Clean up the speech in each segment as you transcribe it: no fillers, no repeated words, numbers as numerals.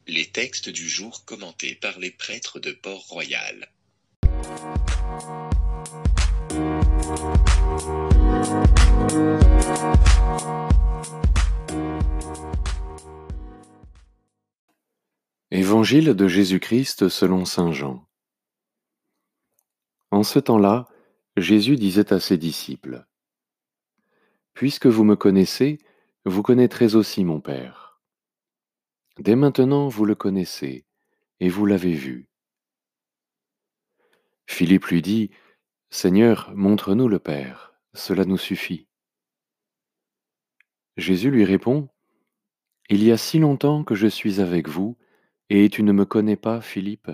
Les textes du jour commentés par les prêtres de Port-Royal. Évangile de Jésus-Christ selon saint Jean. En ce temps-là, Jésus disait à ses disciples, « Puisque vous me connaissez, vous connaîtrez aussi mon Père. Dès maintenant vous le connaissez, et vous l'avez vu. » Philippe lui dit, « Seigneur, montre-nous le Père, cela nous suffit. » Jésus lui répond, « Il y a si longtemps que je suis avec vous, et tu ne me connais pas, Philippe?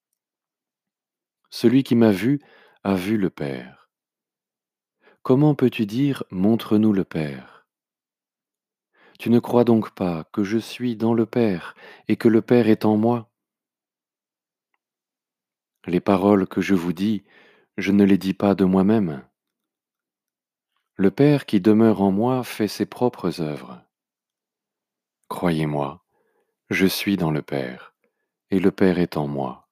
Celui qui m'a vu a vu le Père. Comment peux-tu dire, montre-nous le Père? Tu ne crois donc pas que je suis dans le Père et que le Père est en moi? Les paroles que je vous dis, je ne les dis pas de moi-même. Le Père qui demeure en moi fait ses propres œuvres. Croyez-moi, je suis dans le Père, et le Père est en moi.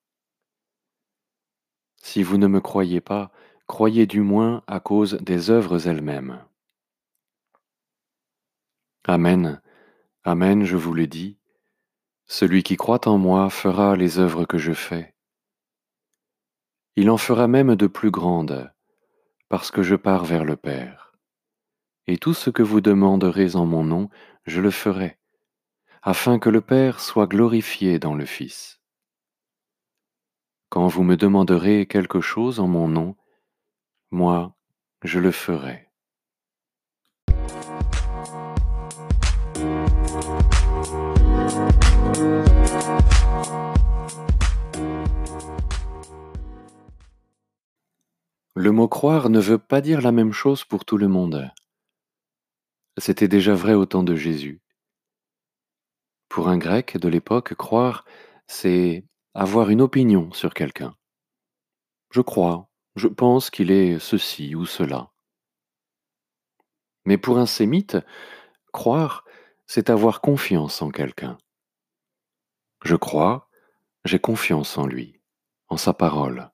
Si vous ne me croyez pas, croyez du moins à cause des œuvres elles-mêmes. Amen, amen, je vous le dis, celui qui croit en moi fera les œuvres que je fais. Il en fera même de plus grandes, parce que je pars vers le Père. Et tout ce que vous demanderez en mon nom, je le ferai, afin que le Père soit glorifié dans le Fils. Quand vous me demanderez quelque chose en mon nom, moi, je le ferai. Le mot croire ne veut pas dire la même chose pour tout le monde. C'était déjà vrai au temps de Jésus. Pour un grec de l'époque, croire, c'est avoir une opinion sur quelqu'un. Je crois, je pense qu'il est ceci ou cela. Mais pour un sémite, croire, c'est avoir confiance en quelqu'un. Je crois, j'ai confiance en lui, en sa parole.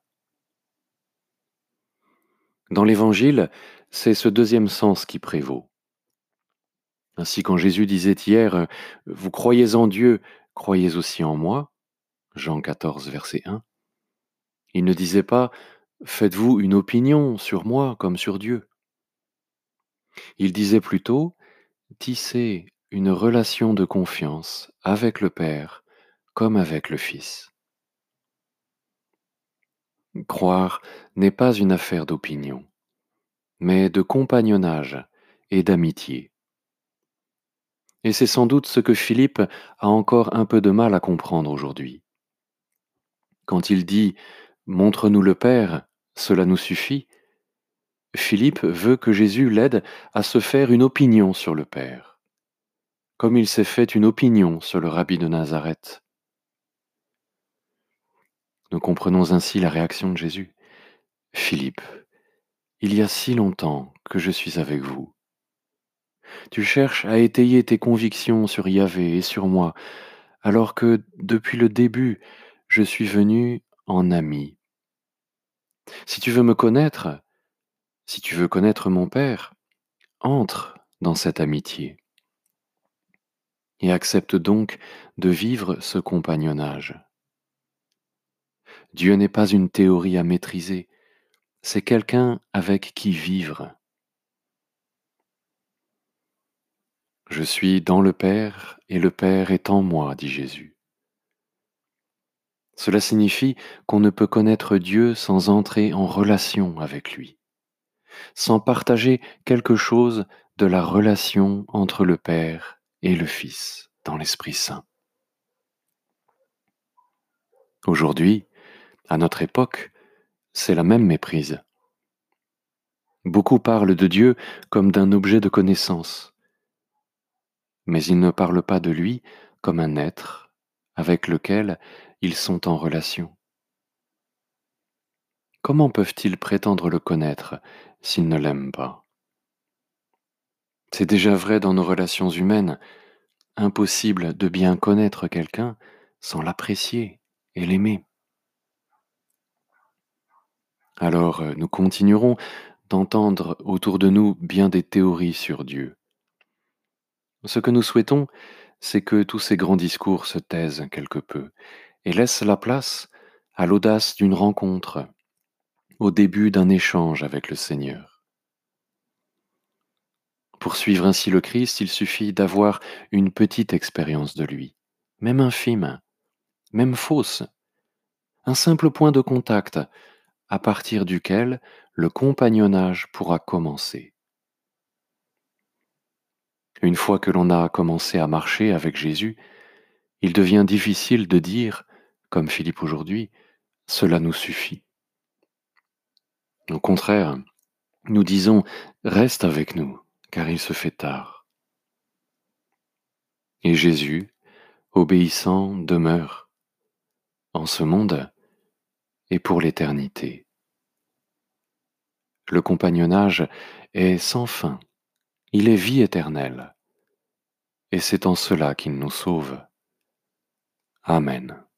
Dans l'Évangile, c'est ce deuxième sens qui prévaut. Ainsi, quand Jésus disait hier, « Vous croyez en Dieu, croyez aussi en moi », Jean 14, verset 1, il ne disait pas, « Faites-vous une opinion sur moi comme sur Dieu ». Il disait plutôt, « Tissez une relation de confiance avec le Père comme avec le Fils ». Croire n'est pas une affaire d'opinion, mais de compagnonnage et d'amitié. Et c'est sans doute ce que Philippe a encore un peu de mal à comprendre aujourd'hui. Quand il dit « Montre-nous le Père, cela nous suffit », Philippe veut que Jésus l'aide à se faire une opinion sur le Père, comme il s'est fait une opinion sur le rabbi de Nazareth. Nous comprenons ainsi la réaction de Jésus. « Philippe, il y a si longtemps que je suis avec vous. Tu cherches à étayer tes convictions sur Yahvé et sur moi, alors que depuis le début, je suis venu en ami. Si tu veux me connaître, si tu veux connaître mon Père, entre dans cette amitié et accepte donc de vivre ce compagnonnage. Dieu n'est pas une théorie à maîtriser, c'est quelqu'un avec qui vivre. Je suis dans le Père et le Père est en moi, dit Jésus. Cela signifie qu'on ne peut connaître Dieu sans entrer en relation avec lui, sans partager quelque chose de la relation entre le Père et le Fils dans l'Esprit Saint. Aujourd'hui, à notre époque, c'est la même méprise. Beaucoup parlent de Dieu comme d'un objet de connaissance, mais ils ne parlent pas de lui comme un être avec lequel ils sont en relation. Comment peuvent-ils prétendre le connaître s'ils ne l'aiment pas? C'est déjà vrai dans nos relations humaines. Impossible de bien connaître quelqu'un sans l'apprécier et l'aimer. Alors nous continuerons d'entendre autour de nous bien des théories sur Dieu. Ce que nous souhaitons, c'est que tous ces grands discours se taisent quelque peu et laissent la place à l'audace d'une rencontre, au début d'un échange avec le Seigneur. Pour suivre ainsi le Christ, il suffit d'avoir une petite expérience de lui, même infime, même fausse, un simple point de contact à partir duquel le compagnonnage pourra commencer. Une fois que l'on a commencé à marcher avec Jésus, il devient difficile de dire, comme Philippe aujourd'hui, cela nous suffit. Au contraire, nous disons reste avec nous, car il se fait tard. Et Jésus, obéissant, demeure en ce monde et pour l'éternité. Le compagnonnage est sans fin, il est vie éternelle, et c'est en cela qu'il nous sauve. Amen.